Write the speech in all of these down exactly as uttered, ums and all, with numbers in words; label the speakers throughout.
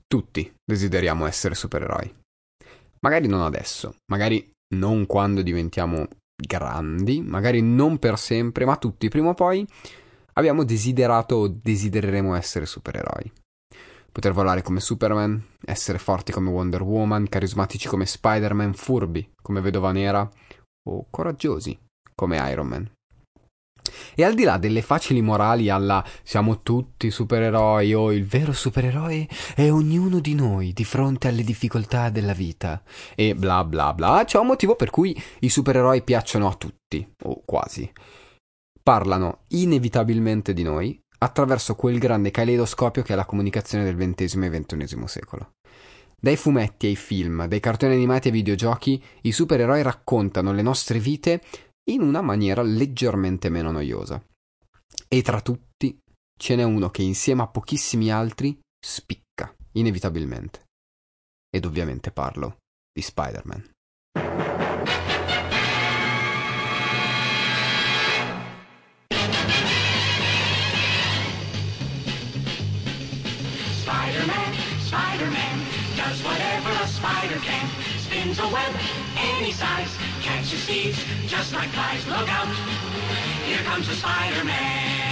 Speaker 1: Tutti desideriamo essere supereroi. Magari non adesso, magari non quando diventiamo grandi, magari non per sempre, ma tutti prima o poi abbiamo desiderato o desidereremo essere supereroi. Poter volare come Superman, essere forti come Wonder Woman, carismatici come Spider-Man, furbi come Vedova Nera o coraggiosi come Iron Man. E al di là delle facili morali alla siamo tutti supereroi o il vero supereroe è ognuno di noi di fronte alle difficoltà della vita e bla bla bla, c'è un motivo per cui i supereroi piacciono a tutti, o quasi. Parlano inevitabilmente di noi attraverso quel grande caleidoscopio che è la comunicazione del ventesimo e ventunesimo secolo. Dai fumetti ai film, dai cartoni animati ai videogiochi, i supereroi raccontano le nostre vite in una maniera leggermente meno noiosa. E tra tutti ce n'è uno che insieme a pochissimi altri spicca, inevitabilmente. Ed ovviamente parlo di Spider-Man.
Speaker 2: Spider-Man, Spider-Man, does whatever a spider can. Spins a web any size, catches thieves just like flies. Look out, here comes the Spider-Man.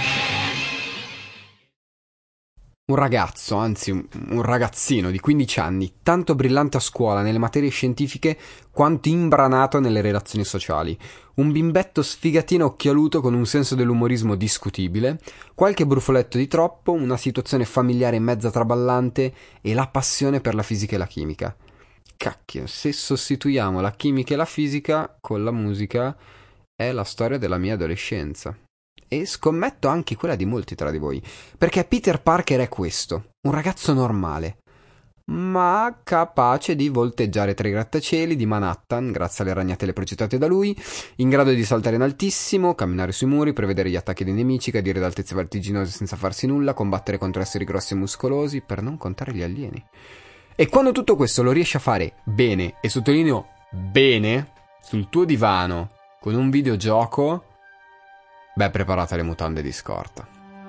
Speaker 1: Un ragazzo, anzi un, un ragazzino di quindici anni, tanto brillante a scuola nelle materie scientifiche quanto imbranato nelle relazioni sociali. Un bimbetto sfigatino occhialuto con un senso dell'umorismo discutibile, qualche brufoletto di troppo, una situazione familiare mezza traballante e la passione per la fisica e la chimica. Cacchio, se sostituiamo la chimica e la fisica con la musica è la storia della mia adolescenza. E scommetto anche quella di molti tra di voi, perché Peter Parker è questo, un ragazzo normale, ma capace di volteggiare tra i grattacieli di Manhattan grazie alle ragnatele progettate da lui, in grado di saltare in altissimo, camminare sui muri, prevedere gli attacchi dei nemici, cadere da altezze vertiginose senza farsi nulla, combattere contro esseri grossi e muscolosi, per non contare gli alieni. E quando tutto questo lo riesci a fare bene, e sottolineo bene, sul tuo divano, con un videogioco, beh, preparate le mutande di scorta.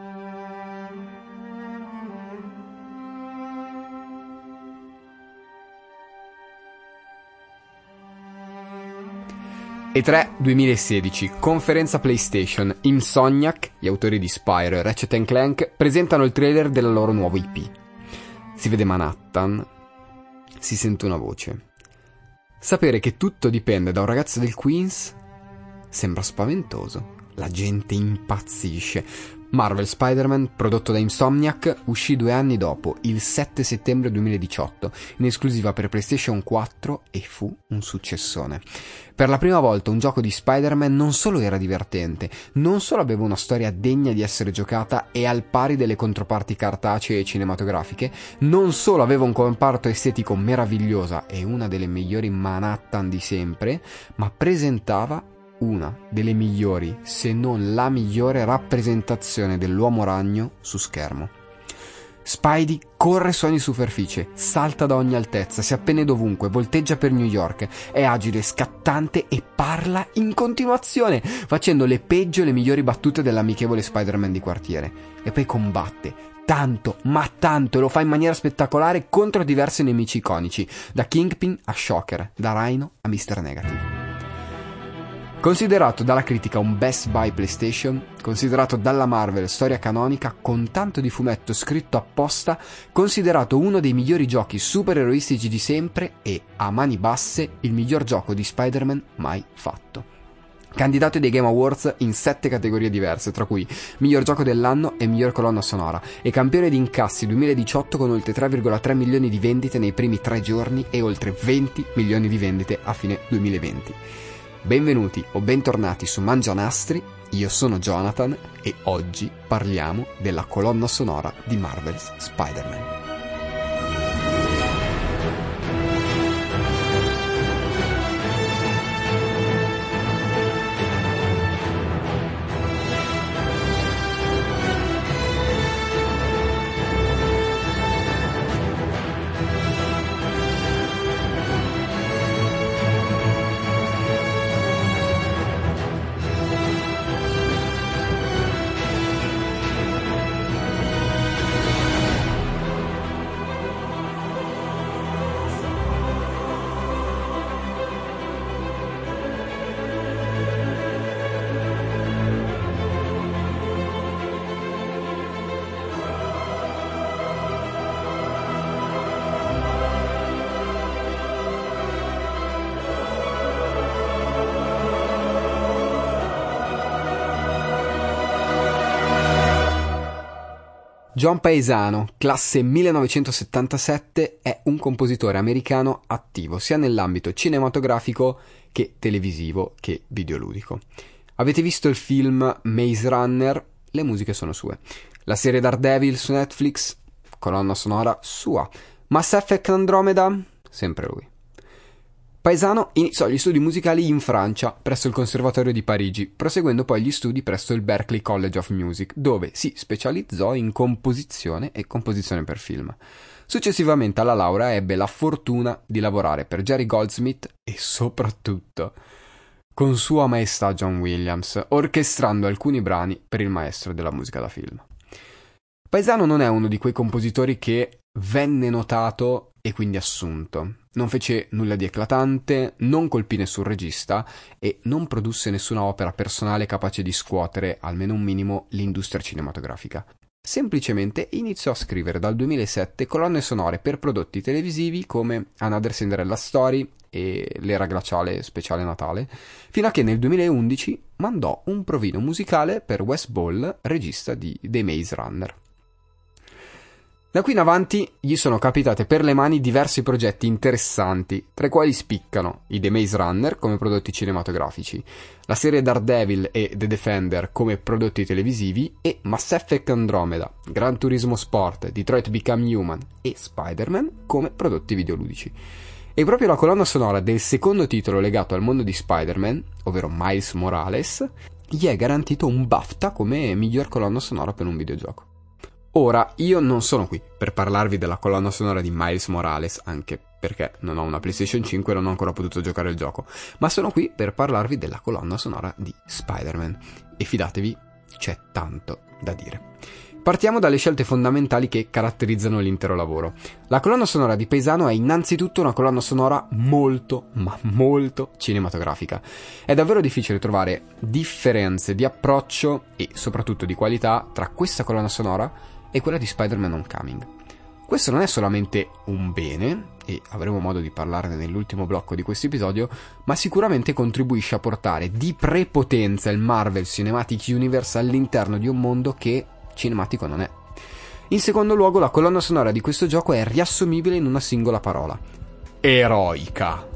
Speaker 1: E tre duemilasedici, conferenza PlayStation. Insomniac, gli autori di Spyro e Ratchet and Clank, presentano il trailer della loro nuova I P. Si vede Manhattan, si sente una voce. Sapere che tutto dipende da un ragazzo del Queens sembra spaventoso. La gente impazzisce. Marvel Spider-Man, prodotto da Insomniac, uscì due anni dopo, il sette settembre duemiladiciotto, in esclusiva per PlayStation quattro e fu un successone. Per la prima volta un gioco di Spider-Man non solo era divertente, non solo aveva una storia degna di essere giocata e al pari delle controparti cartacee e cinematografiche, non solo aveva un comparto estetico meravigliosa e una delle migliori Manhattan di sempre, ma presentava una delle migliori, se non la migliore rappresentazione dell'uomo ragno su schermo. Spidey corre su ogni superficie, salta da ogni altezza, si appende dovunque, volteggia per New York, è agile, scattante e parla in continuazione, facendo le peggio e le migliori battute dell'amichevole Spider-Man di quartiere. E poi combatte, tanto, ma tanto, e lo fa in maniera spettacolare contro diversi nemici iconici, da Kingpin a Shocker, da Rhino a mister Negative. Considerato dalla critica un best buy PlayStation, considerato dalla Marvel storia canonica con tanto di fumetto scritto apposta, considerato uno dei migliori giochi supereroistici di sempre e, a mani basse, il miglior gioco di Spider-Man mai fatto. Candidato dei Game Awards in sette categorie diverse, tra cui miglior gioco dell'anno e miglior colonna sonora, e campione di incassi duemiladiciotto con oltre tre virgola tre milioni di vendite nei primi tre giorni e oltre venti milioni di vendite a fine duemilaventi. Benvenuti o bentornati su Mangianastri, io sono Jonathan e oggi parliamo della colonna sonora di Marvel's Spider-Man. John Paesano, classe millenovecentosettantasette, è un compositore americano attivo sia nell'ambito cinematografico che televisivo che videoludico. Avete visto il film Maze Runner? Le musiche sono sue. La serie Daredevil su Netflix? Colonna sonora sua. Mass Effect Andromeda? Sempre lui. Paesano iniziò gli studi musicali in Francia, presso il Conservatorio di Parigi, proseguendo poi gli studi presso il Berklee College of Music, dove si specializzò in composizione e composizione per film. Successivamente alla laurea ebbe la fortuna di lavorare per Jerry Goldsmith e soprattutto con Sua Maestà John Williams, orchestrando alcuni brani per il maestro della musica da film. Paesano non è uno di quei compositori che venne notato e quindi assunto. Non fece nulla di eclatante, non colpì nessun regista e non produsse nessuna opera personale capace di scuotere, almeno un minimo, l'industria cinematografica. Semplicemente iniziò a scrivere dal duemilasette colonne sonore per prodotti televisivi come Another Cinderella Story e L'era glaciale speciale Natale, fino a che nel duemilaundici mandò un provino musicale per Wes Ball, regista di The Maze Runner. Da qui in avanti gli sono capitate per le mani diversi progetti interessanti, tra i quali spiccano i The Maze Runner come prodotti cinematografici, la serie Daredevil e The Defender come prodotti televisivi e Mass Effect Andromeda, Gran Turismo Sport, Detroit Become Human e Spider-Man come prodotti videoludici. E proprio la colonna sonora del secondo titolo legato al mondo di Spider-Man, ovvero Miles Morales, gli è garantito un BAFTA come miglior colonna sonora per un videogioco. Ora, io non sono qui per parlarvi della colonna sonora di Miles Morales, anche perché non ho una PlayStation cinque e non ho ancora potuto giocare il gioco, ma sono qui per parlarvi della colonna sonora di Spider-Man. E fidatevi, c'è tanto da dire. Partiamo dalle scelte fondamentali che caratterizzano l'intero lavoro. La colonna sonora di Paesano è innanzitutto una colonna sonora molto, ma molto cinematografica. È davvero difficile trovare differenze di approccio e soprattutto di qualità tra questa colonna sonora e quella di Spider-Man Homecoming. Questo non è solamente un bene, e avremo modo di parlarne nell'ultimo blocco di questo episodio, ma sicuramente contribuisce a portare di prepotenza il Marvel Cinematic Universe all'interno di un mondo che cinematico non è. In secondo luogo, la colonna sonora di questo gioco è riassumibile in una singola parola: eroica.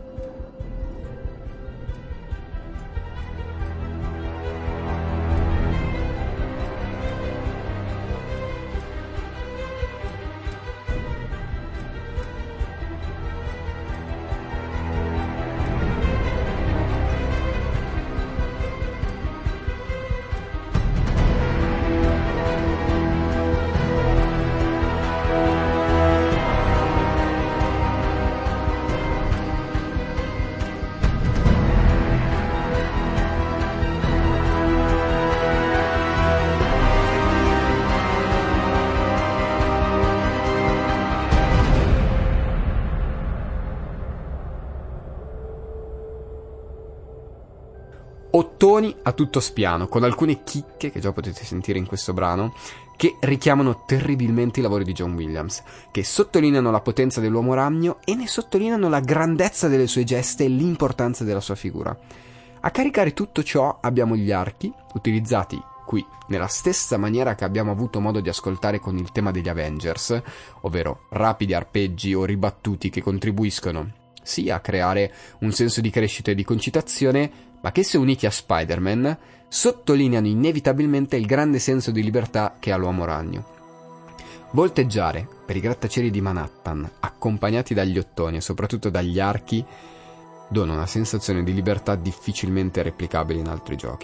Speaker 1: Ottoni a tutto spiano, con alcune chicche che già potete sentire in questo brano, che richiamano terribilmente i lavori di John Williams, che sottolineano la potenza dell'uomo ragno e ne sottolineano la grandezza delle sue gesta e l'importanza della sua figura. A caricare tutto ciò abbiamo gli archi, utilizzati qui nella stessa maniera che abbiamo avuto modo di ascoltare con il tema degli Avengers, ovvero rapidi arpeggi o ribattuti che contribuiscono sia a creare un senso di crescita e di concitazione, ma che se uniti a Spider-Man sottolineano inevitabilmente il grande senso di libertà che ha l'uomo ragno. Volteggiare per i grattacieli di Manhattan, accompagnati dagli ottoni e soprattutto dagli archi, dona una sensazione di libertà difficilmente replicabile in altri giochi.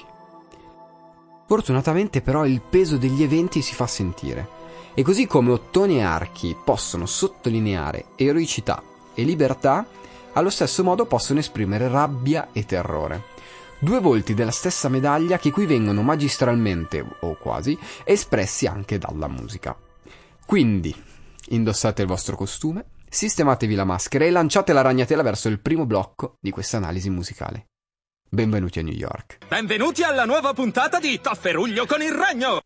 Speaker 1: Fortunatamente però il peso degli eventi si fa sentire, e così come ottoni e archi possono sottolineare eroicità e libertà, allo stesso modo possono esprimere rabbia e terrore. Due volti della stessa medaglia che qui vengono magistralmente, o quasi, espressi anche dalla musica. Quindi, indossate il vostro costume, sistematevi la maschera e lanciate la ragnatela verso il primo blocco di questa analisi musicale. Benvenuti a New York.
Speaker 3: Benvenuti alla nuova puntata di Tafferuglio con il Ragno!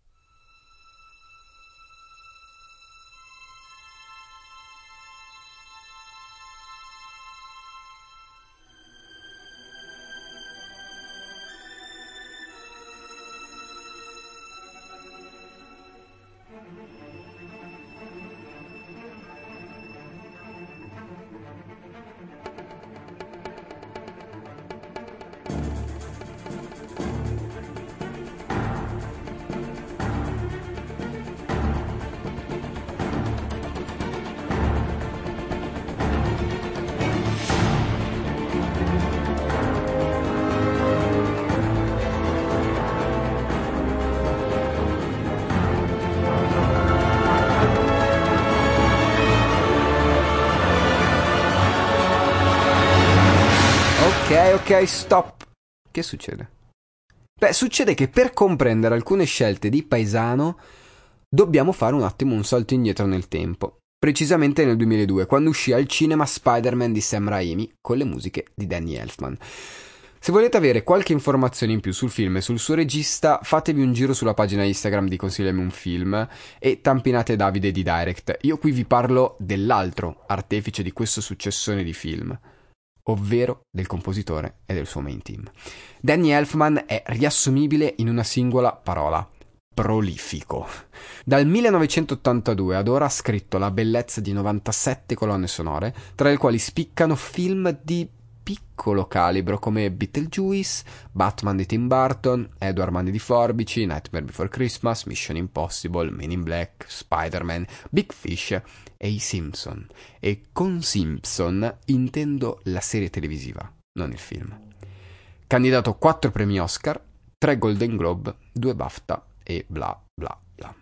Speaker 1: ok, ok, stop. Che succede? Beh, succede che per comprendere alcune scelte di Paesano dobbiamo fare un attimo un salto indietro nel tempo. Precisamente nel duemiladue, quando uscì al cinema Spider-Man di Sam Raimi con le musiche di Danny Elfman. Se volete avere qualche informazione in più sul film e sul suo regista, fatevi un giro sulla pagina Instagram di Consigliami un film e tampinate Davide di Direct. Io qui vi parlo dell'altro artefice di questo successone di film, ovvero del compositore e del suo main team. Danny Elfman è riassumibile in una singola parola: prolifico. Dal millenovecentottantadue ad ora ha scritto la bellezza di novantasette colonne sonore, tra le quali spiccano film di piccolo calibro come Beetlejuice, Batman di Tim Burton, Edward Mani di Forbici, Nightmare Before Christmas, Mission Impossible, Men in Black, Spider-Man, Big Fish e i Simpson. E con Simpson intendo la serie televisiva, non il film. Candidato a quattro premi Oscar, tre Golden Globe, due BAFTA e bla bla bla.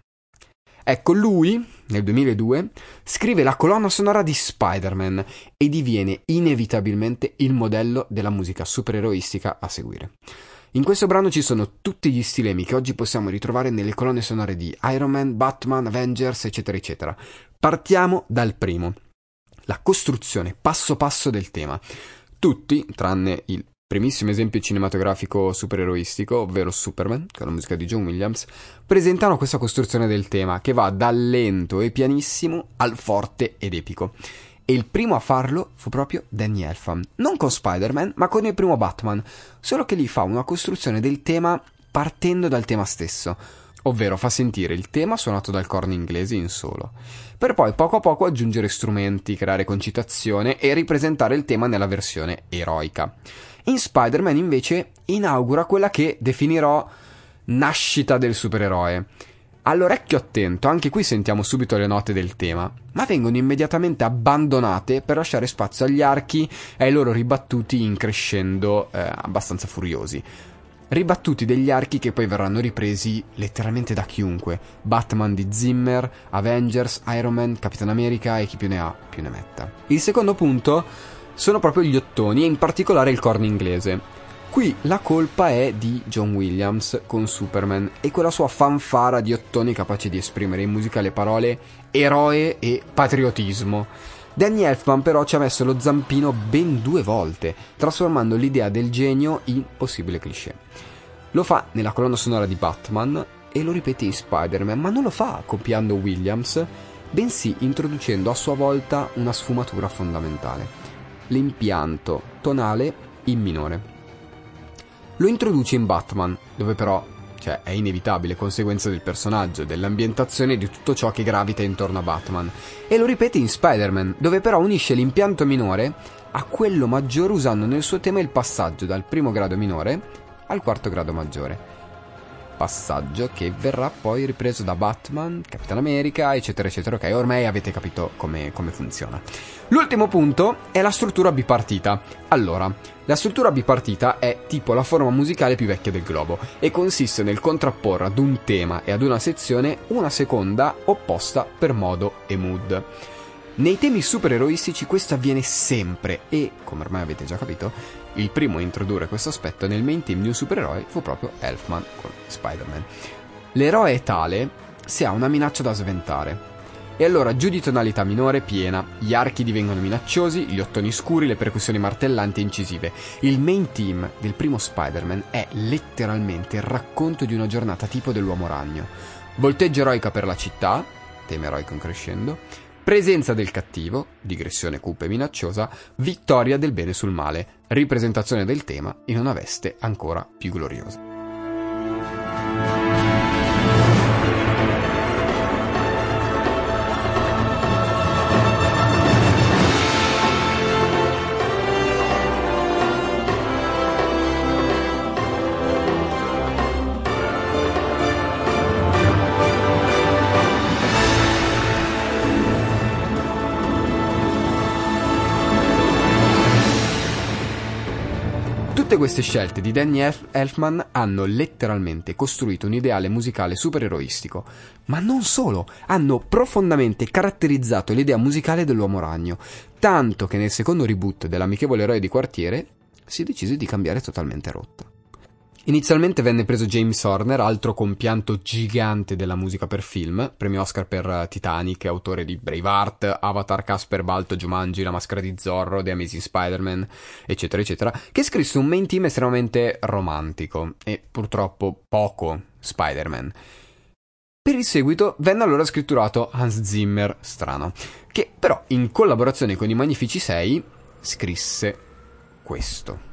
Speaker 1: Ecco, lui, nel duemiladue, scrive la colonna sonora di Spider-Man e diviene inevitabilmente il modello della musica supereroistica a seguire. In questo brano ci sono tutti gli stilemi che oggi possiamo ritrovare nelle colonne sonore di Iron Man, Batman, Avengers, eccetera, eccetera. Partiamo dal primo, la costruzione passo passo del tema. Tutti, tranne il primissimo esempio cinematografico supereroistico, ovvero Superman, con la musica di John Williams, presentano questa costruzione del tema che va dal lento e pianissimo al forte ed epico. E il primo a farlo fu proprio Danny Elfman, non con Spider-Man, ma con il primo Batman, solo che lì fa una costruzione del tema partendo dal tema stesso, ovvero fa sentire il tema suonato dal corno inglese in solo, per poi poco a poco aggiungere strumenti, creare concitazione e ripresentare il tema nella versione eroica. In Spider-Man invece inaugura quella che definirò nascita del supereroe. All'orecchio attento, anche qui sentiamo subito le note del tema, ma vengono immediatamente abbandonate per lasciare spazio agli archi e ai loro ribattuti in crescendo eh, abbastanza furiosi. Ribattuti degli archi che poi verranno ripresi letteralmente da chiunque: Batman di Zimmer, Avengers, Iron Man, Capitan America e chi più ne ha più ne metta. Il secondo punto sono proprio gli ottoni e in particolare il corno inglese. Qui la colpa è di John Williams con Superman e quella sua fanfara di ottoni capace di esprimere in musica le parole eroe e patriottismo. Danny Elfman però ci ha messo lo zampino ben due volte, trasformando l'idea del genio in possibile cliché. Lo fa nella colonna sonora di Batman e lo ripete in Spider-Man, ma non lo fa copiando Williams, bensì introducendo a sua volta una sfumatura fondamentale: l'impianto tonale in minore. Lo introduce in Batman, dove però, cioè, è inevitabile conseguenza del personaggio, dell'ambientazione e di tutto ciò che gravita intorno a Batman, e lo ripete in Spider-Man, dove però unisce l'impianto minore a quello maggiore usando nel suo tema il passaggio dal primo grado minore al quarto grado maggiore. Passaggio che verrà poi ripreso da Batman, Capitan America, eccetera eccetera. Ok, ormai avete capito come, come funziona. L'ultimo punto è la struttura bipartita. Allora, la struttura bipartita è tipo la forma musicale più vecchia del globo e consiste nel contrapporre ad un tema e ad una sezione una seconda opposta per modo e mood. Nei temi supereroistici questo avviene sempre e, come ormai avete già capito, il primo a introdurre questo aspetto nel main team di un supereroe fu proprio Elfman con Spider-Man. L'eroe è tale se ha una minaccia da sventare. E allora giù di tonalità minore piena, gli archi divengono minacciosi, gli ottoni scuri, le percussioni martellanti e incisive. Il main team del primo Spider-Man è letteralmente il racconto di una giornata tipo dell'Uomo Ragno. Volteggio eroica per la città, tema eroico in crescendo, presenza del cattivo, digressione cupa e minacciosa, vittoria del bene sul male, ripresentazione del tema in una veste ancora più gloriosa. Tutte queste scelte di Danny Elfman hanno letteralmente costruito un ideale musicale supereroistico, ma non solo, hanno profondamente caratterizzato l'idea musicale dell'Uomo Ragno, tanto che nel secondo reboot dell'Amichevole Eroe di Quartiere si decise di cambiare totalmente rotta. Inizialmente venne preso James Horner, altro compianto gigante della musica per film, premio Oscar per Titanic, autore di Braveheart, Avatar, Casper, Balto, Jumanji, La maschera di Zorro, The Amazing Spider-Man, eccetera eccetera, che scrisse un main theme estremamente romantico e purtroppo poco Spider-Man. Per il seguito venne allora scritturato Hans Zimmer, strano, che però in collaborazione con i Magnifici Sei scrisse questo.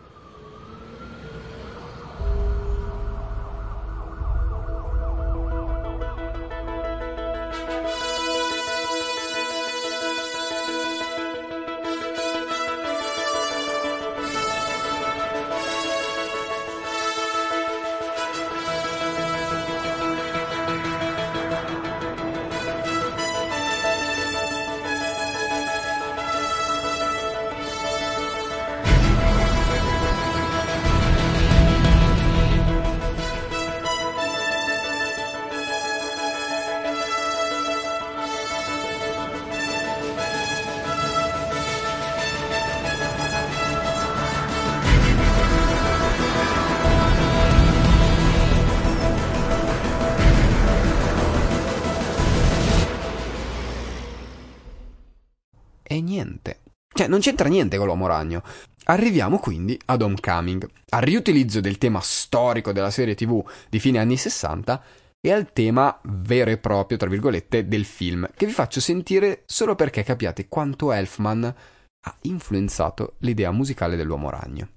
Speaker 1: E niente. Cioè, non c'entra niente con l'Uomo Ragno. Arriviamo quindi ad Homecoming, al riutilizzo del tema storico della serie tivù di fine anni sessanta e al tema vero e proprio, tra virgolette, del film, che vi faccio sentire solo perché capiate quanto Elfman ha influenzato l'idea musicale dell'Uomo Ragno.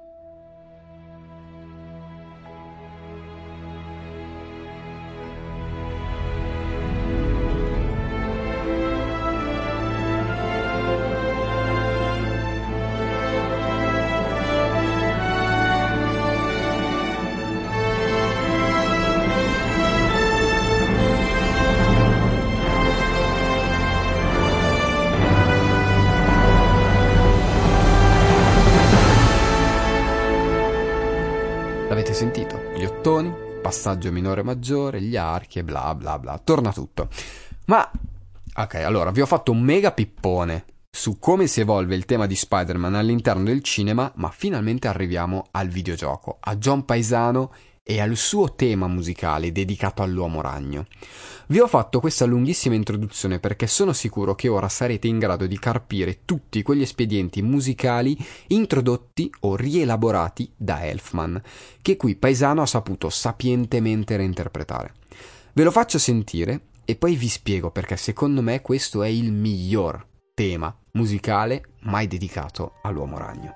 Speaker 1: L'avete sentito? Gli ottoni, passaggio minore maggiore, gli archi e bla bla bla. Torna tutto. Ma, ok, allora, vi ho fatto un mega pippone su come si evolve il tema di Spider-Man all'interno del cinema, ma finalmente arriviamo al videogioco, a John Paesano e al suo tema musicale dedicato all'Uomo Ragno. Vi ho fatto questa lunghissima introduzione perché sono sicuro che ora sarete in grado di carpire tutti quegli espedienti musicali introdotti o rielaborati da Elfman, che qui Paesano ha saputo sapientemente reinterpretare. Ve lo faccio sentire e poi vi spiego perché secondo me questo è il miglior tema musicale mai dedicato all'Uomo Ragno.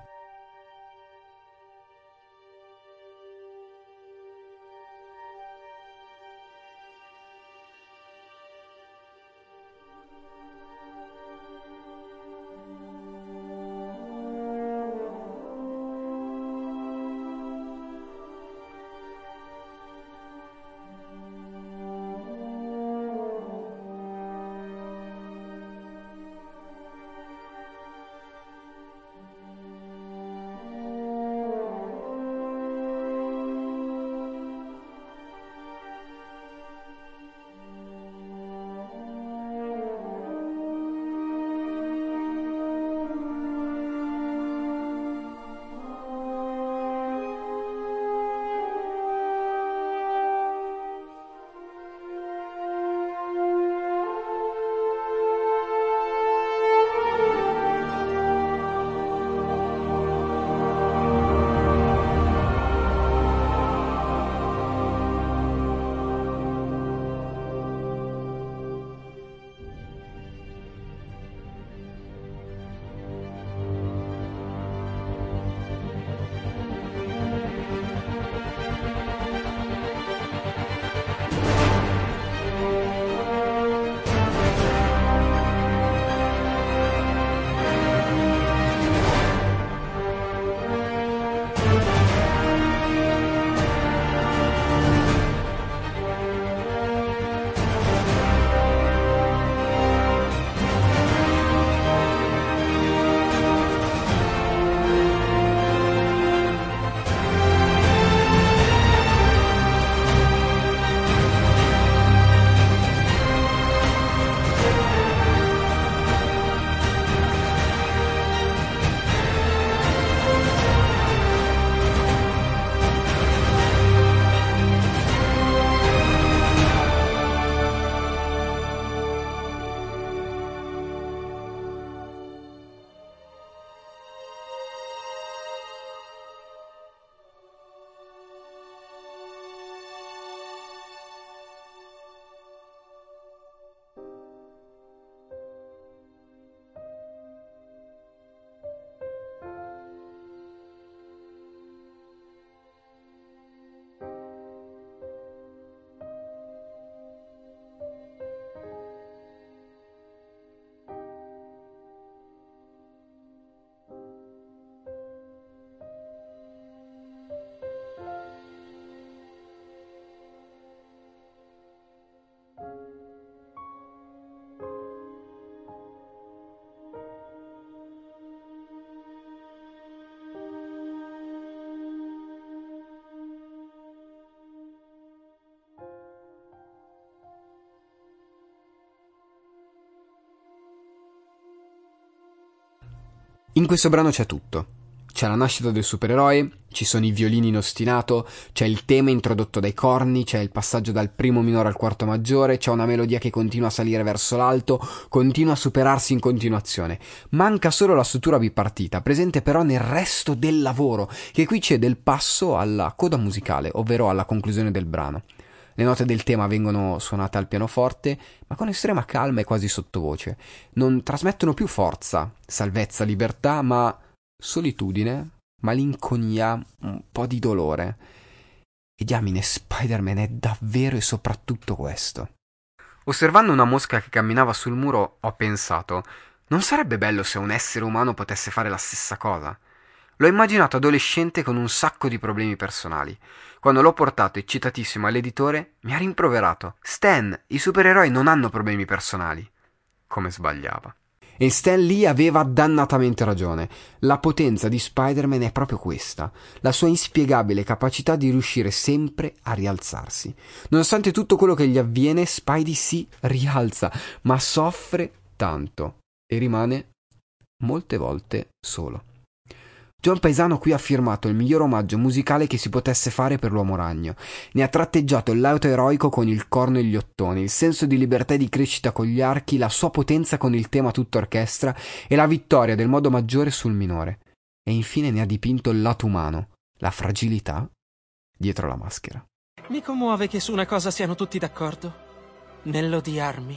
Speaker 1: In questo brano c'è tutto. C'è la nascita del supereroe, ci sono i violini in ostinato, c'è il tema introdotto dai corni, c'è il passaggio dal primo minore al quarto maggiore, c'è una melodia che continua a salire verso l'alto, continua a superarsi in continuazione. Manca solo la struttura bipartita, presente però nel resto del lavoro, che qui cede il passo alla coda musicale, ovvero alla conclusione del brano. Le note del tema vengono suonate al pianoforte, ma con estrema calma e quasi sottovoce. Non trasmettono più forza, salvezza, libertà, ma solitudine, malinconia, un po' di dolore. E diamine, Spider-Man è davvero e soprattutto questo. Osservando una mosca che camminava sul muro, ho pensato: non sarebbe bello se un essere umano potesse fare la stessa cosa? L'ho immaginato adolescente con un sacco di problemi personali. Quando l'ho portato eccitatissimo all'editore, mi ha rimproverato: Stan, i supereroi non hanno problemi personali. Come sbagliava. E Stan Lee aveva dannatamente ragione. La potenza di Spider-Man è proprio questa, la sua inspiegabile capacità di riuscire sempre a rialzarsi. Nonostante tutto quello che gli avviene, Spidey si rialza, ma soffre tanto e rimane molte volte solo. John Paesano qui ha firmato il miglior omaggio musicale che si potesse fare per l'Uomo Ragno. Ne ha tratteggiato il lauto eroico con il corno e gli ottoni, il senso di libertà e di crescita con gli archi, la sua potenza con il tema tutta orchestra e la vittoria del modo maggiore sul minore. E infine ne ha dipinto il lato umano, la fragilità dietro la maschera.
Speaker 4: Mi commuove che su una cosa siano tutti d'accordo: nell'odiarmi.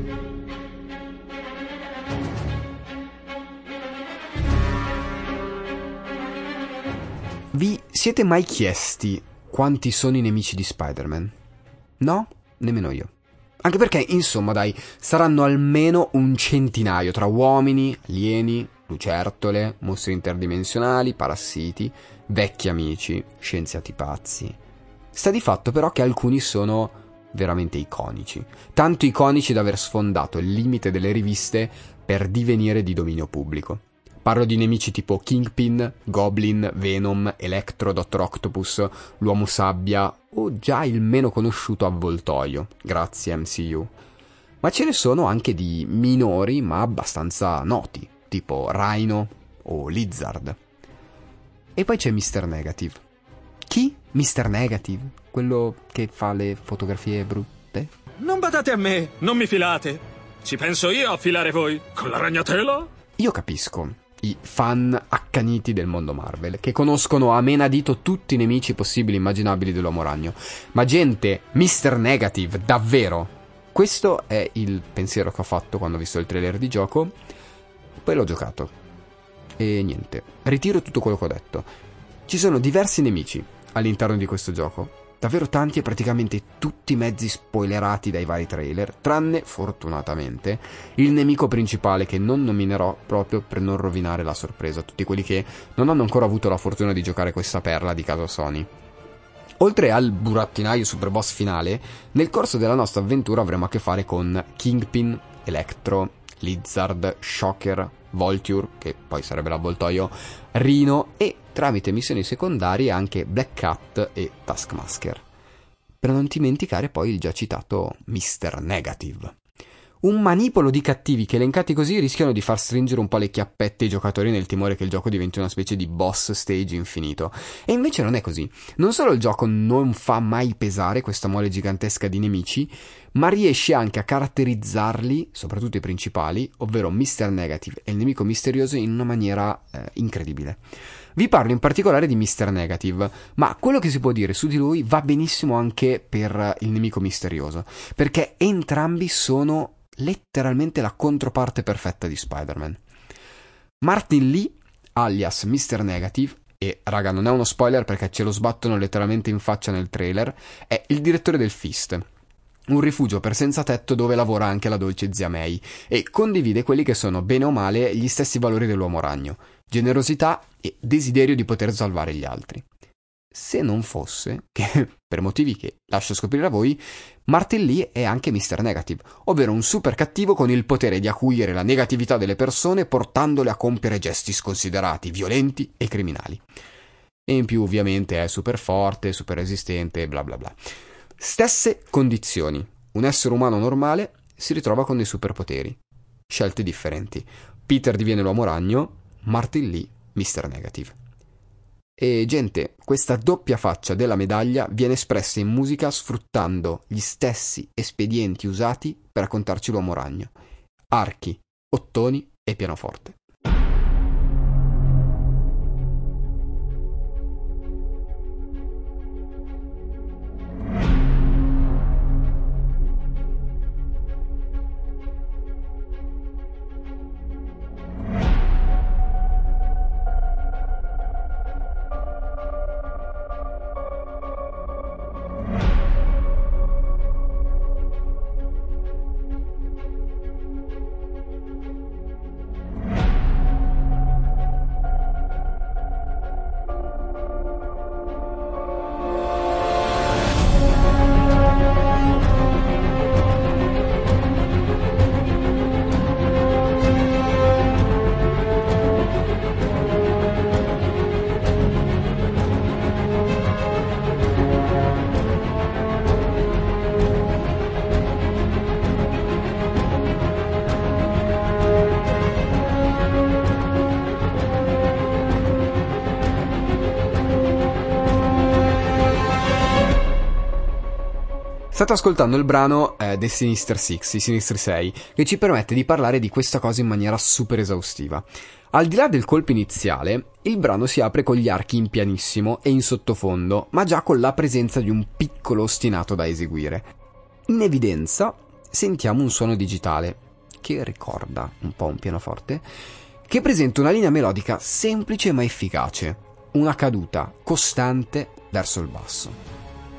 Speaker 1: Vi siete mai chiesti quanti sono i nemici di Spider-Man? No? Nemmeno io. Anche perché, insomma, dai, saranno almeno un centinaio tra uomini, alieni, lucertole, mostri interdimensionali, parassiti, vecchi amici, scienziati pazzi. Sta di fatto però che alcuni sono veramente iconici. Tanto iconici da aver sfondato il limite delle riviste per divenire di dominio pubblico. Parlo di nemici tipo Kingpin, Goblin, Venom, Electro, Doctor Octopus, l'Uomo Sabbia o già il meno conosciuto Avvoltoio, grazie M C U. Ma ce ne sono anche di minori ma abbastanza noti, tipo Rhino o Lizard. E poi c'è mister Negative. Chi? mister Negative? Quello che fa le fotografie brutte?
Speaker 3: Non badate a me, non mi filate. Ci penso io a filare voi, con la ragnatela?
Speaker 1: Io capisco i fan accaniti del mondo Marvel, che conoscono a menadito tutti i nemici possibili e immaginabili dell'Uomo Ragno. Ma gente, mister Negative, davvero? Questo è il pensiero che ho fatto quando ho visto il trailer di gioco. Poi l'ho giocato. E niente, ritiro tutto quello che ho detto. Ci sono diversi nemici all'interno di questo gioco. Davvero tanti e praticamente tutti mezzi spoilerati dai vari trailer, tranne, fortunatamente, il nemico principale che non nominerò proprio per non rovinare la sorpresa a tutti quelli che non hanno ancora avuto la fortuna di giocare questa perla di casa Sony. Oltre al burattinaio super boss finale, nel corso della nostra avventura avremo a che fare con Kingpin, Electro, Lizard, Shocker, Vulture, che poi sarebbe l'avvoltoio, Rhino e, tramite missioni secondarie, anche Black Cat e Taskmaster. Per non dimenticare poi il già citato mister Negative. Un manipolo di cattivi che, elencati così, rischiano di far stringere un po' le chiappette ai giocatori nel timore che il gioco diventi una specie di boss stage infinito. E invece non è così. Non solo il gioco non fa mai pesare questa mole gigantesca di nemici, ma riesce anche a caratterizzarli, soprattutto i principali, ovvero mister Negative e il nemico misterioso, in una maniera eh, incredibile. Vi parlo in particolare di mister Negative, ma quello che si può dire su di lui va benissimo anche per il nemico misterioso, perché entrambi sono letteralmente la controparte perfetta di Spider-Man. Martin Lee, alias mister Negative, e raga non è uno spoiler perché ce lo sbattono letteralmente in faccia nel trailer, è il direttore del Fist, un rifugio per senza tetto dove lavora anche la dolce zia May, e condivide quelli che sono bene o male gli stessi valori dell'Uomo Ragno: generosità e desiderio di poter salvare gli altri. Se non fosse che, per motivi che lascio scoprire a voi, Martin Lee è anche mister Negative, ovvero un super cattivo con il potere di acuire la negatività delle persone portandole a compiere gesti sconsiderati, violenti e criminali. E in più ovviamente è super forte, super resistente e bla bla bla. Stesse condizioni. Un essere umano normale si ritrova con dei superpoteri. Scelte differenti. Peter diviene l'Uomo Ragno, Martin Lee, mister Negative. E gente, questa doppia faccia della medaglia viene espressa in musica sfruttando gli stessi espedienti usati per raccontarci l'Uomo Ragno: archi, ottoni e pianoforte. State ascoltando il brano eh, dei Sinister Six, i Sinistri sei, che ci permette di parlare di questa cosa in maniera super esaustiva. Al di là del colpo iniziale, il brano si apre con gli archi in pianissimo e in sottofondo, ma già con la presenza di un piccolo ostinato da eseguire. In evidenza sentiamo un suono digitale, che ricorda un po' un pianoforte, che presenta una linea melodica semplice ma efficace, una caduta costante verso il basso.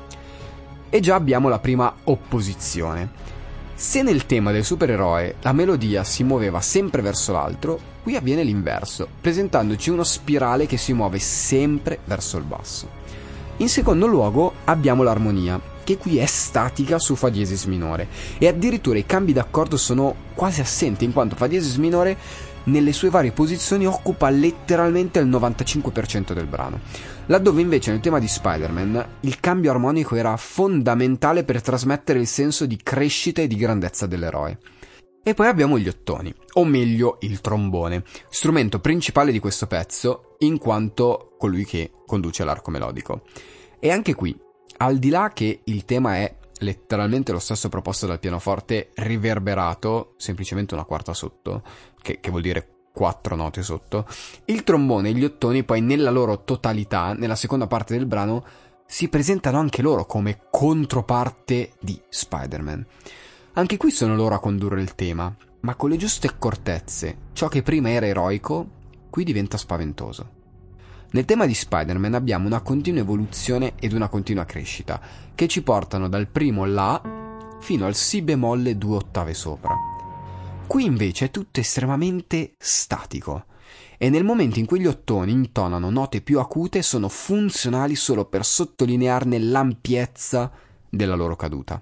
Speaker 1: E già abbiamo la prima opposizione. Se nel tema del supereroe la melodia si muoveva sempre verso l'alto, qui avviene l'inverso, presentandoci uno spirale che si muove sempre verso il basso. In secondo luogo abbiamo l'armonia, che qui è statica su Fa diesis minore, e addirittura i cambi d'accordo sono quasi assenti, in quanto Fa diesis minore nelle sue varie posizioni occupa letteralmente il novantacinque per cento del brano, laddove invece nel tema di Spider-Man il cambio armonico era fondamentale per trasmettere il senso di crescita e di grandezza dell'eroe. E poi abbiamo gli ottoni, o meglio il trombone, strumento principale di questo pezzo in quanto colui che conduce l'arco melodico. E anche qui, al di là che il tema è letteralmente lo stesso proposto dal pianoforte riverberato, semplicemente una quarta sotto, che, che vuol dire quattro note sotto, il trombone e gli ottoni poi nella loro totalità, nella seconda parte del brano, si presentano anche loro come controparte di Spider-Man. Anche qui sono loro a condurre il tema, ma con le giuste accortezze. Ciò che prima era eroico, qui diventa spaventoso. Nel tema di Spider-Man abbiamo una continua evoluzione ed una continua crescita, che ci portano dal primo La fino al Si bemolle due ottave sopra. Qui invece è tutto estremamente statico, e nel momento in cui gli ottoni intonano note più acute sono funzionali solo per sottolinearne l'ampiezza della loro caduta.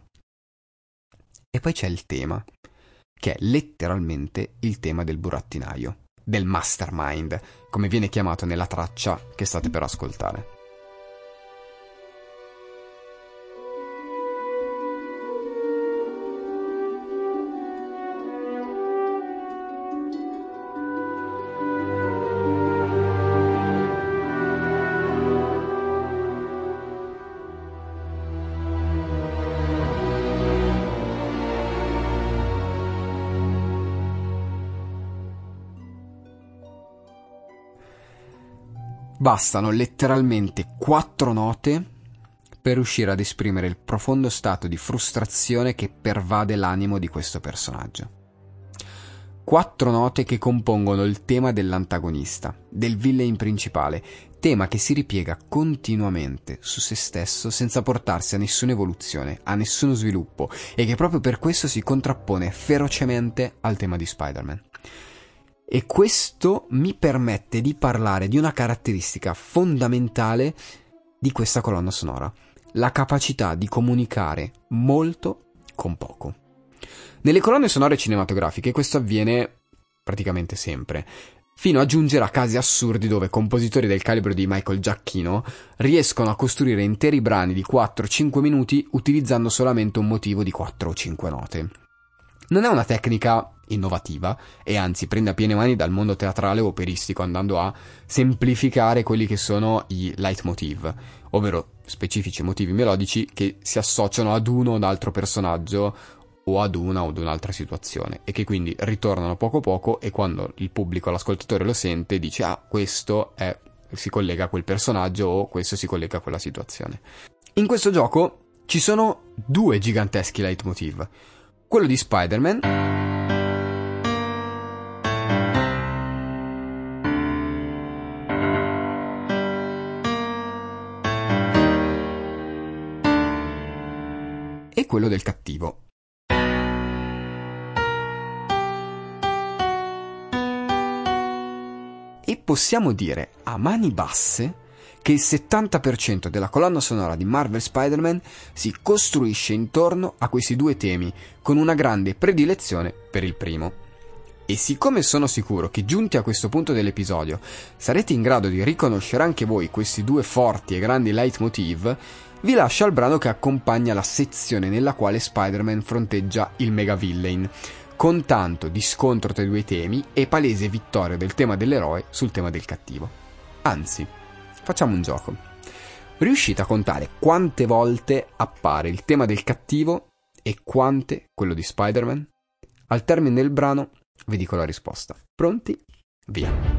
Speaker 1: E poi c'è il tema, che è letteralmente il tema del burattinaio, del mastermind, come viene chiamato nella traccia che state per ascoltare. Bastano letteralmente quattro note per riuscire ad esprimere il profondo stato di frustrazione che pervade l'animo di questo personaggio. Quattro note che compongono il tema dell'antagonista, del villain principale, tema che si ripiega continuamente su se stesso senza portarsi a nessuna evoluzione, a nessuno sviluppo, e che proprio per questo si contrappone ferocemente al tema di Spider-Man. E questo mi permette di parlare di una caratteristica fondamentale di questa colonna sonora: la capacità di comunicare molto con poco. Nelle colonne sonore cinematografiche questo avviene praticamente sempre, fino a giungere a casi assurdi dove compositori del calibro di Michael Giacchino riescono a costruire interi brani di quattro cinque minuti utilizzando solamente un motivo di quattro o cinque note. Non è una tecnica innovativa, e anzi prende a piene mani dal mondo teatrale o operistico, andando a semplificare quelli che sono i leitmotiv, ovvero specifici motivi melodici che si associano ad uno o ad altro personaggio o ad una o ad un'altra situazione, e che quindi ritornano poco poco, e quando il pubblico, l'ascoltatore lo sente, dice ah, questo è, si collega a quel personaggio, o questo si collega a quella situazione. In questo gioco ci sono due giganteschi leitmotiv, quello di Spider-Man e quello del cattivo. E possiamo dire a mani basse che il settanta per cento della colonna sonora di Marvel Spider-Man si costruisce intorno a questi due temi, con una grande predilezione per il primo. E siccome sono sicuro che giunti a questo punto dell'episodio sarete in grado di riconoscere anche voi questi due forti e grandi leitmotiv, vi lascio al brano che accompagna la sezione nella quale Spider-Man fronteggia il mega villain, con tanto di scontro tra i due temi e palese vittoria del tema dell'eroe sul tema del cattivo. Anzi, facciamo un gioco. Riuscite a contare quante volte appare il tema del cattivo e quante quello di Spider-Man? Al termine del brano vi dico la risposta. Pronti? Via!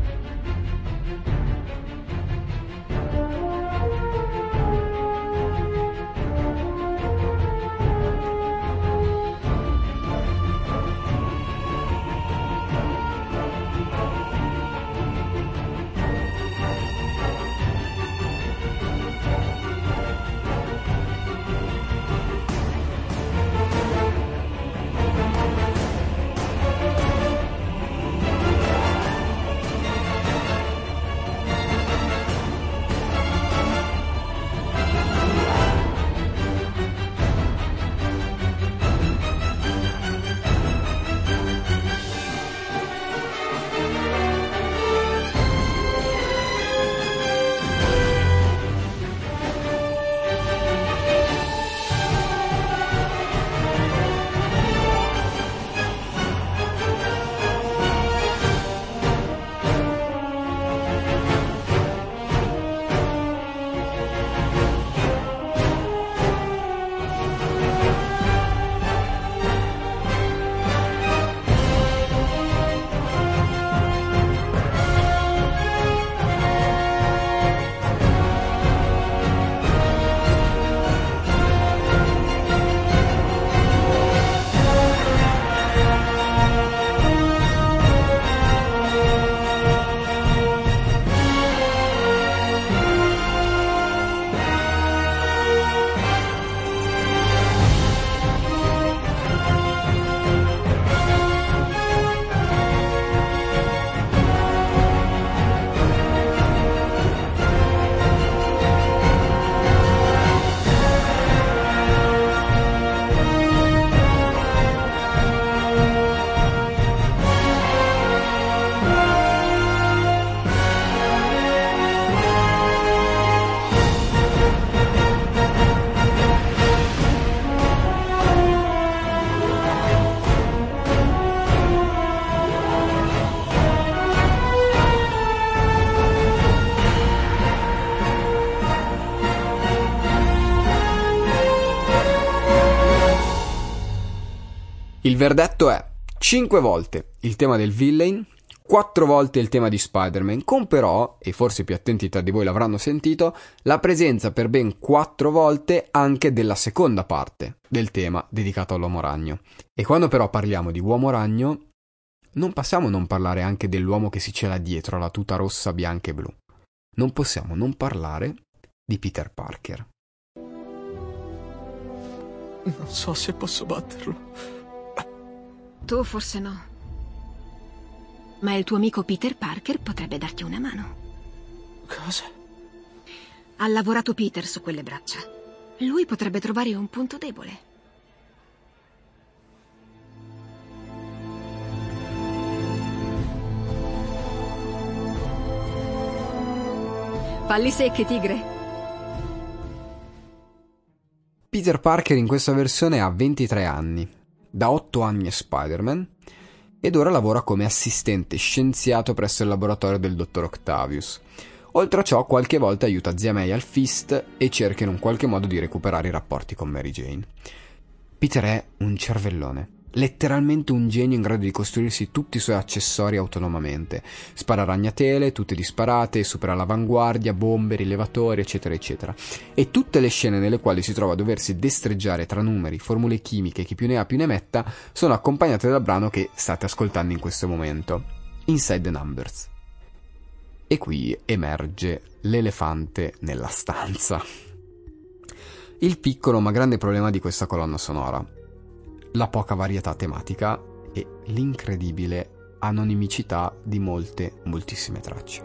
Speaker 1: Il verdetto è cinque volte il tema del villain, quattro volte il tema di Spider-Man, con però, e forse i più attenti tra di voi l'avranno sentito, la presenza per ben quattro volte anche della seconda parte del tema dedicato all'Uomo Ragno. E quando però parliamo di Uomo Ragno, non possiamo non parlare anche dell'uomo che si cela dietro la tuta rossa, bianca e blu. Non possiamo non parlare di Peter Parker.
Speaker 4: Non so se posso batterlo.
Speaker 5: Tu forse no. Ma il tuo amico Peter Parker potrebbe darti una mano.
Speaker 4: Cosa?
Speaker 5: Ha lavorato Peter su quelle braccia. Lui potrebbe trovare un punto debole. Falli secche, tigre.
Speaker 1: Peter Parker in questa versione ha ventitré anni. Da otto anni è Spider-Man ed ora lavora come assistente scienziato presso il laboratorio del dottor Octavius. Oltre a ciò, qualche volta aiuta zia May al Fist e cerca in un qualche modo di recuperare i rapporti con Mary Jane. Peter è un cervellone, letteralmente un genio in grado di costruirsi tutti i suoi accessori autonomamente. Spara ragnatele, tutte disparate, super all'avanguardia, bombe, rilevatori, eccetera eccetera. E tutte le scene nelle quali si trova a doversi destreggiare tra numeri, formule chimiche, chi più ne ha più ne metta, sono accompagnate dal brano che state ascoltando in questo momento, Inside the Numbers. E qui emerge l'elefante nella stanza. Il piccolo ma grande problema di questa colonna sonora: la poca varietà tematica e l'incredibile anonimicità di molte, moltissime tracce.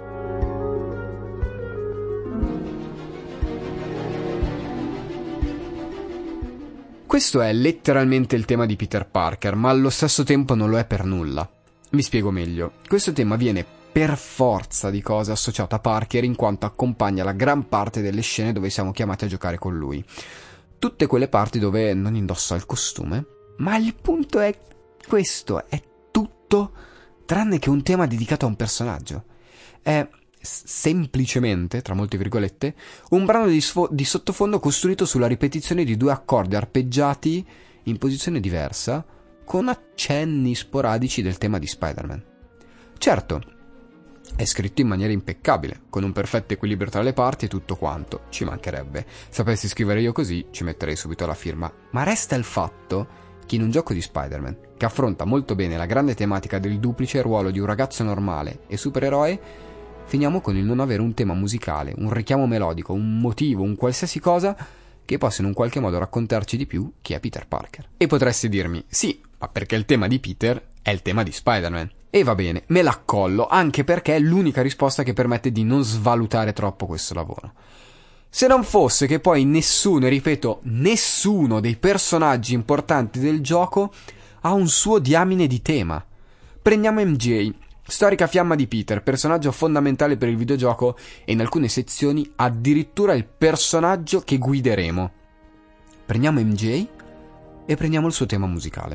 Speaker 1: Questo è letteralmente il tema di Peter Parker, ma allo stesso tempo non lo è per nulla. Mi spiego meglio. Questo tema viene per forza di cose associato a Parker, in quanto accompagna la gran parte delle scene dove siamo chiamati a giocare con lui. Tutte quelle parti dove non indossa il costume. Ma il punto è questo, è tutto tranne che un tema dedicato a un personaggio. È semplicemente, tra molte virgolette, un brano di, sfo- di sottofondo costruito sulla ripetizione di due accordi arpeggiati in posizione diversa, con accenni sporadici del tema di Spider-Man. Certo, è scritto in maniera impeccabile, con un perfetto equilibrio tra le parti e tutto quanto, ci mancherebbe. Sapessi scrivere io così, ci metterei subito la firma. Ma resta il fatto che in un gioco di Spider-Man, che affronta molto bene la grande tematica del duplice ruolo di un ragazzo normale e supereroe, finiamo con il non avere un tema musicale, un richiamo melodico, un motivo, un qualsiasi cosa che possa in un qualche modo raccontarci di più chi è Peter Parker. E potresti dirmi, sì, ma perché il tema di Peter è il tema di Spider-Man. E va bene, me l'accollo, anche perché è l'unica risposta che permette di non svalutare troppo questo lavoro. Se non fosse che poi nessuno, e ripeto, nessuno dei personaggi importanti del gioco ha un suo diamine di tema. Prendiamo M J, storica fiamma di Peter, personaggio fondamentale per il videogioco e in alcune sezioni addirittura il personaggio che guideremo. Prendiamo M J e prendiamo il suo tema musicale.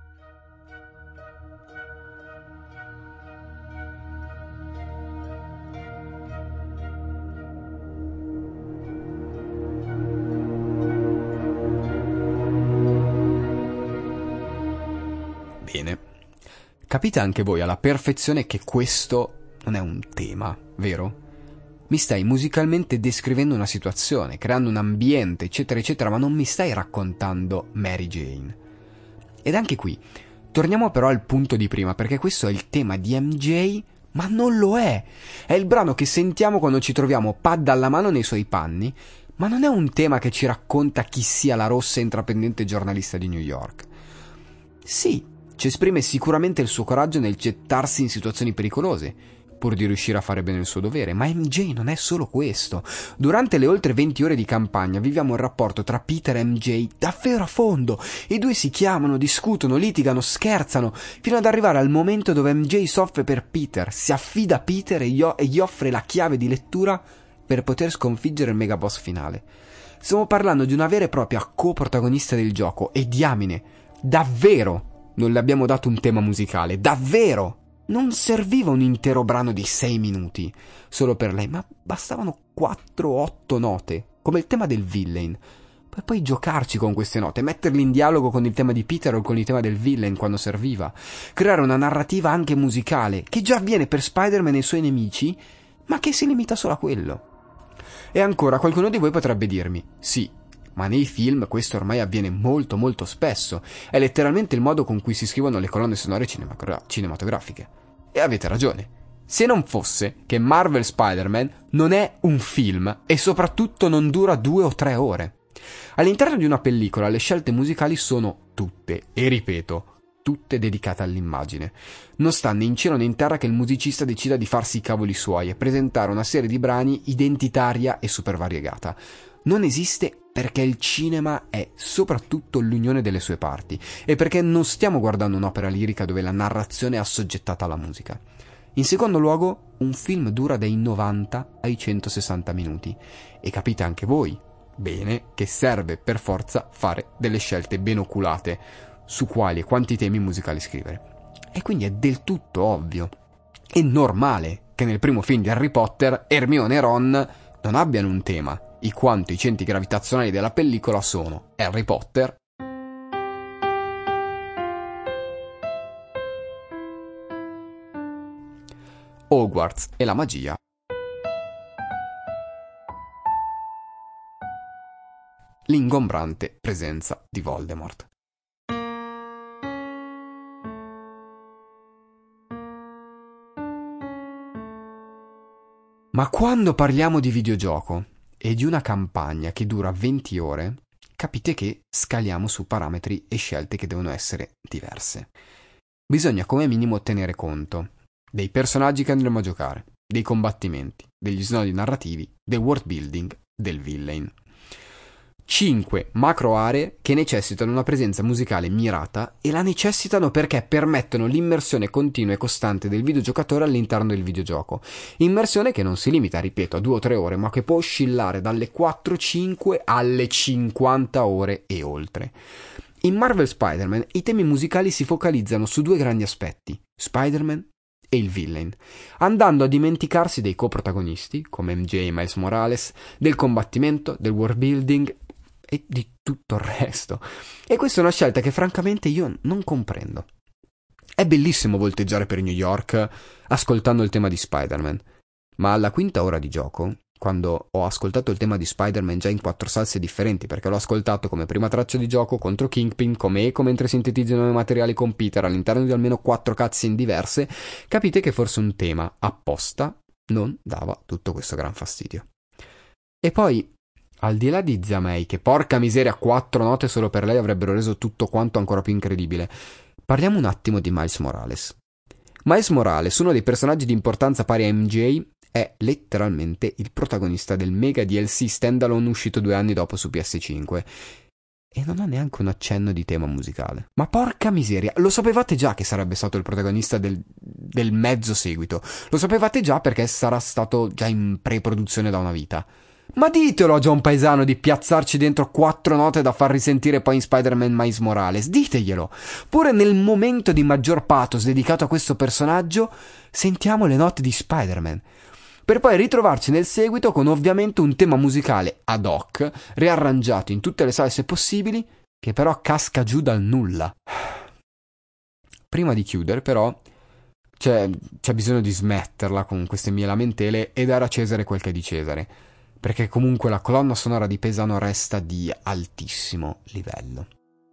Speaker 1: Bene, capite anche voi alla perfezione che questo non è un tema, vero? Mi stai musicalmente descrivendo una situazione, creando un ambiente, eccetera, eccetera, ma non mi stai raccontando Mary Jane. Ed anche qui, torniamo però al punto di prima, perché questo è il tema di M J, ma non lo è. È il brano che sentiamo quando ci troviamo pad alla mano nei suoi panni, ma non è un tema che ci racconta chi sia la rossa e intraprendente giornalista di New York. Sì, ci esprime sicuramente il suo coraggio nel gettarsi in situazioni pericolose, pur di riuscire a fare bene il suo dovere, ma M J non è solo questo. Durante le oltre venti ore di campagna viviamo un rapporto tra Peter e M J davvero a fondo. I due si chiamano, discutono, litigano, scherzano, fino ad arrivare al momento dove M J soffre per Peter, si affida a Peter e gli, e gli offre la chiave di lettura per poter sconfiggere il megaboss finale. Stiamo parlando di una vera e propria coprotagonista del gioco e diamine, davvero non le abbiamo dato un tema musicale, davvero! Non serviva un intero brano di sei minuti solo per lei, ma bastavano quattro o otto note, come il tema del villain. Per poi giocarci con queste note, metterli in dialogo con il tema di Peter o con il tema del villain quando serviva. Creare una narrativa anche musicale, che già avviene per Spider-Man e i suoi nemici, ma che si limita solo a quello. E ancora, qualcuno di voi potrebbe dirmi, sì, ma nei film questo ormai avviene molto molto spesso. È letteralmente il modo con cui si scrivono le colonne sonore cinemagra- cinematografiche. E avete ragione. Se non fosse che Marvel Spider-Man non è un film e soprattutto non dura due o tre ore. All'interno di una pellicola le scelte musicali sono tutte, e ripeto, tutte dedicate all'immagine. Non sta né in cielo né in terra che il musicista decida di farsi i cavoli suoi e presentare una serie di brani identitaria e super variegata. Non esiste perché il cinema è soprattutto l'unione delle sue parti e perché non stiamo guardando un'opera lirica dove la narrazione è assoggettata alla musica. In secondo luogo, un film dura dai novanta ai centosessanta minuti e capite anche voi bene che serve per forza fare delle scelte ben oculate su quali e quanti temi musicali scrivere. E quindi è del tutto ovvio e normale che nel primo film di Harry Potter Hermione e Ron non abbiano un tema, in quanto i centri gravitazionali della pellicola sono Harry Potter, Hogwarts e la magia, l'ingombrante presenza di Voldemort. Ma quando parliamo di videogioco e di una campagna che dura venti ore, capite che scaliamo su parametri e scelte che devono essere diverse. Bisogna come minimo tenere conto dei personaggi che andremo a giocare, dei combattimenti, degli snodi narrativi, del world building, del villain. Cinque macro aree che necessitano una presenza musicale mirata e la necessitano perché permettono l'immersione continua e costante del videogiocatore all'interno del videogioco. Immersione che non si limita, ripeto, a due o tre ore, ma che può oscillare dalle quattro cinque alle cinquanta ore e oltre. In Marvel Spider-Man i temi musicali si focalizzano su due grandi aspetti, Spider-Man e il villain, andando a dimenticarsi dei coprotagonisti, come M J e Miles Morales, del combattimento, del world building e di tutto il resto. E questa è una scelta che francamente io non comprendo. È bellissimo volteggiare per New York ascoltando il tema di Spider-Man, ma alla quinta ora di gioco, quando ho ascoltato il tema di Spider-Man già in quattro salse differenti, perché l'ho ascoltato come prima traccia di gioco contro Kingpin, come eco mentre sintetizzano i materiali con Peter all'interno di almeno quattro cutscene diverse, capite che forse un tema apposta non dava tutto questo gran fastidio. E poi, al di là di Zia May, che porca miseria, quattro note solo per lei avrebbero reso tutto quanto ancora più incredibile, parliamo un attimo di Miles Morales. Miles Morales, uno dei personaggi di importanza pari a M J, è letteralmente il protagonista del mega D L C standalone uscito due anni dopo su P S cinque. E non ha neanche un accenno di tema musicale. Ma porca miseria, lo sapevate già che sarebbe stato il protagonista del, del mezzo seguito. Lo sapevate già perché sarà stato già in pre-produzione da una vita. Ma ditelo a John Paesano di piazzarci dentro quattro note da far risentire poi in Spider-Man Miles Morales, diteglielo. Pure nel momento di maggior pathos dedicato a questo personaggio, sentiamo le note di Spider-Man, per poi ritrovarci nel seguito con ovviamente un tema musicale ad hoc, riarrangiato in tutte le salse possibili, che però casca giù dal nulla. Prima di chiudere, però, c'è, c'è bisogno di smetterla con queste mie lamentele e dare a Cesare quel che è di Cesare, perché comunque la colonna sonora di Paesano resta di altissimo livello.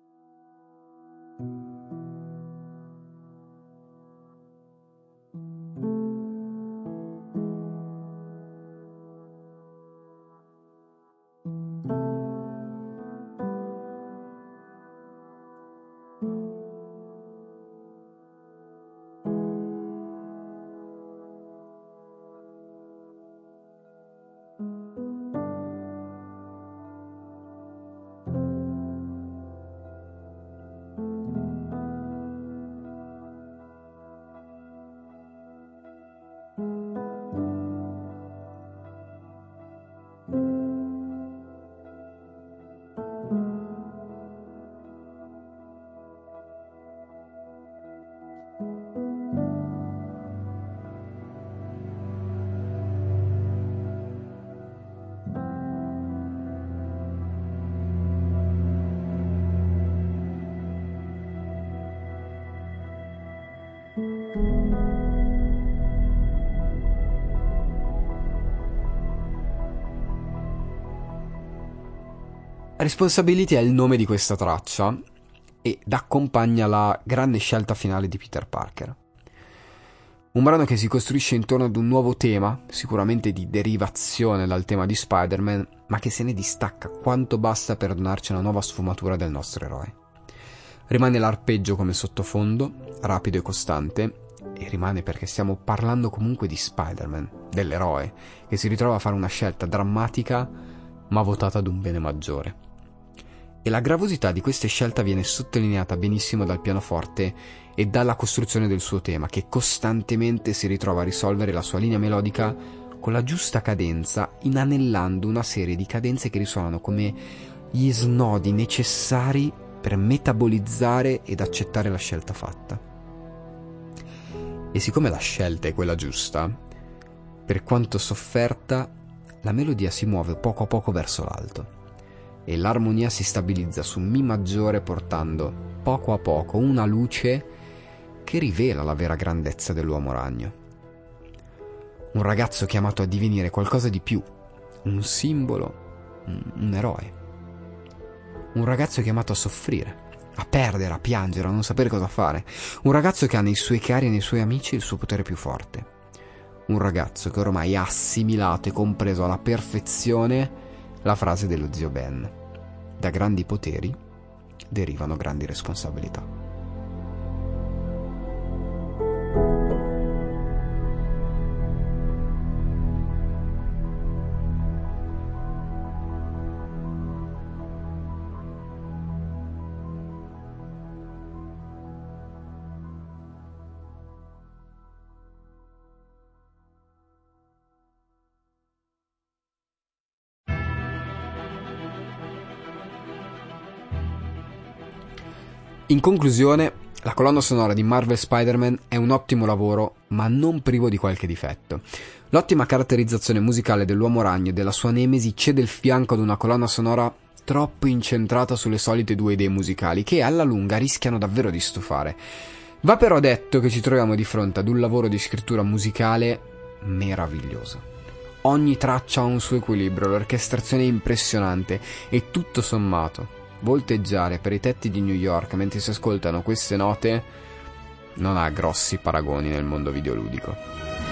Speaker 1: Responsibility è il nome di questa traccia ed accompagna la grande scelta finale di Peter Parker. Un brano che si costruisce intorno ad un nuovo tema, sicuramente di derivazione dal tema di Spider-Man, ma che se ne distacca quanto basta per donarci una nuova sfumatura del nostro eroe. Rimane l'arpeggio come sottofondo, rapido e costante, e rimane perché stiamo parlando comunque di Spider-Man, dell'eroe, che si ritrova a fare una scelta drammatica ma votata ad un bene maggiore. E la gravosità di questa scelta viene sottolineata benissimo dal pianoforte e dalla costruzione del suo tema, che costantemente si ritrova a risolvere la sua linea melodica con la giusta cadenza, inanellando una serie di cadenze che risuonano come gli snodi necessari per metabolizzare ed accettare la scelta fatta. E siccome la scelta è quella giusta, per quanto sofferta, la melodia si muove poco a poco verso l'alto e l'armonia si stabilizza su Mi maggiore, portando poco a poco una luce che rivela la vera grandezza dell'uomo ragno. Un ragazzo chiamato a divenire qualcosa di più, un simbolo, un, un eroe. Un ragazzo chiamato a soffrire, a perdere, a piangere, a non sapere cosa fare. Un ragazzo che ha nei suoi cari e nei suoi amici il suo potere più forte. Un ragazzo che ormai ha assimilato e compreso alla perfezione la frase dello zio Ben: da grandi poteri derivano grandi responsabilità. In conclusione, la colonna sonora di Marvel Spider-Man è un ottimo lavoro, ma non privo di qualche difetto. L'ottima caratterizzazione musicale dell'Uomo Ragno e della sua nemesi cede il fianco ad una colonna sonora troppo incentrata sulle solite due idee musicali, che alla lunga rischiano davvero di stufare. Va però detto che ci troviamo di fronte ad un lavoro di scrittura musicale meraviglioso. Ogni traccia ha un suo equilibrio, l'orchestrazione è impressionante e tutto sommato volteggiare per i tetti di New York mentre si ascoltano queste note non ha grossi paragoni nel mondo videoludico.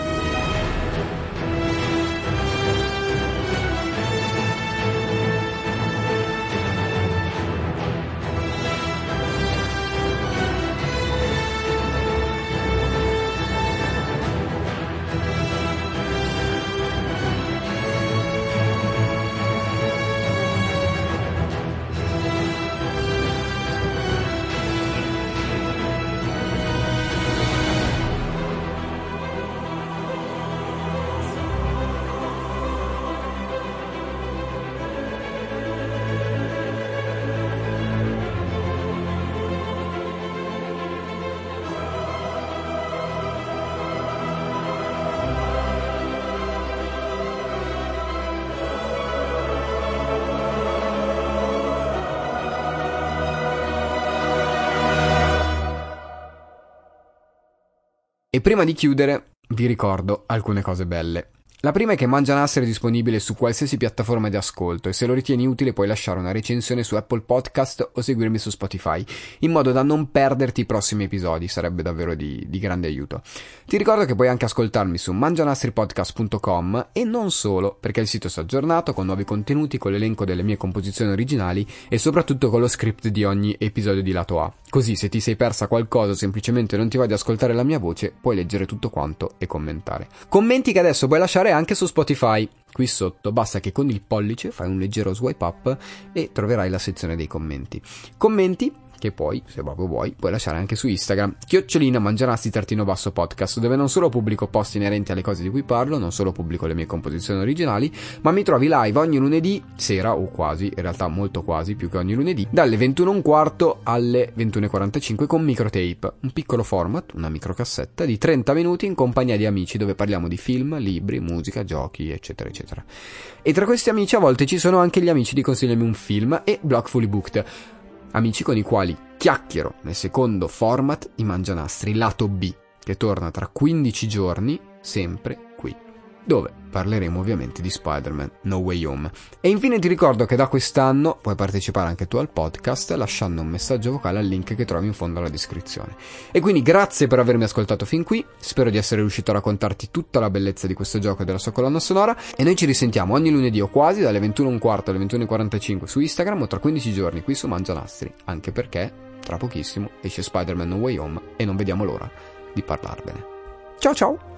Speaker 1: E prima di chiudere, vi ricordo alcune cose belle. La prima è che Mangianastri è disponibile su qualsiasi piattaforma di ascolto e se lo ritieni utile puoi lasciare una recensione su Apple Podcast o seguirmi su Spotify, in modo da non perderti i prossimi episodi, sarebbe davvero di, di grande aiuto. Ti ricordo che puoi anche ascoltarmi su mangianastripodcast punto com e non solo, perché il sito si è aggiornato con nuovi contenuti, con l'elenco delle mie composizioni originali e soprattutto con lo script di ogni episodio di Lato A. Così se ti sei persa qualcosa o semplicemente non ti va di ascoltare la mia voce, puoi leggere tutto quanto e commentare. Commenti che adesso puoi lasciare anche su Spotify. Qui sotto basta che con il pollice fai un leggero swipe up e troverai la sezione dei commenti. Commenti che poi, se proprio vuoi, puoi lasciare anche su Instagram, chiocciolina mangianasti trattino basso podcast, dove non solo pubblico post inerenti alle cose di cui parlo, non solo pubblico le mie composizioni originali, ma mi trovi live ogni lunedì sera, o quasi, in realtà molto quasi, più che ogni lunedì, dalle ventuno e un quarto alle ventuno e quarantacinque con Microtape, un piccolo format, una microcassetta di trenta minuti in compagnia di amici dove parliamo di film, libri, musica, giochi, eccetera, eccetera. E tra questi amici a volte ci sono anche gli amici di Consigliami un film e Blog Fully Booked, amici con i quali chiacchiero nel secondo format i Mangianastri lato B, che torna tra quindici giorni, sempre qui, dove parleremo ovviamente di Spider-Man No Way Home. E infine ti ricordo che da quest'anno puoi partecipare anche tu al podcast lasciando un messaggio vocale al link che trovi in fondo alla descrizione. E quindi grazie per avermi ascoltato fin qui, spero di essere riuscito a raccontarti tutta la bellezza di questo gioco e della sua colonna sonora, e noi ci risentiamo ogni lunedì o quasi dalle ventuno e un quarto alle ventuno e quarantacinque su Instagram o tra quindici giorni qui su Mangianastri, anche perché tra pochissimo esce Spider-Man No Way Home e non vediamo l'ora di parlarvene. Ciao ciao!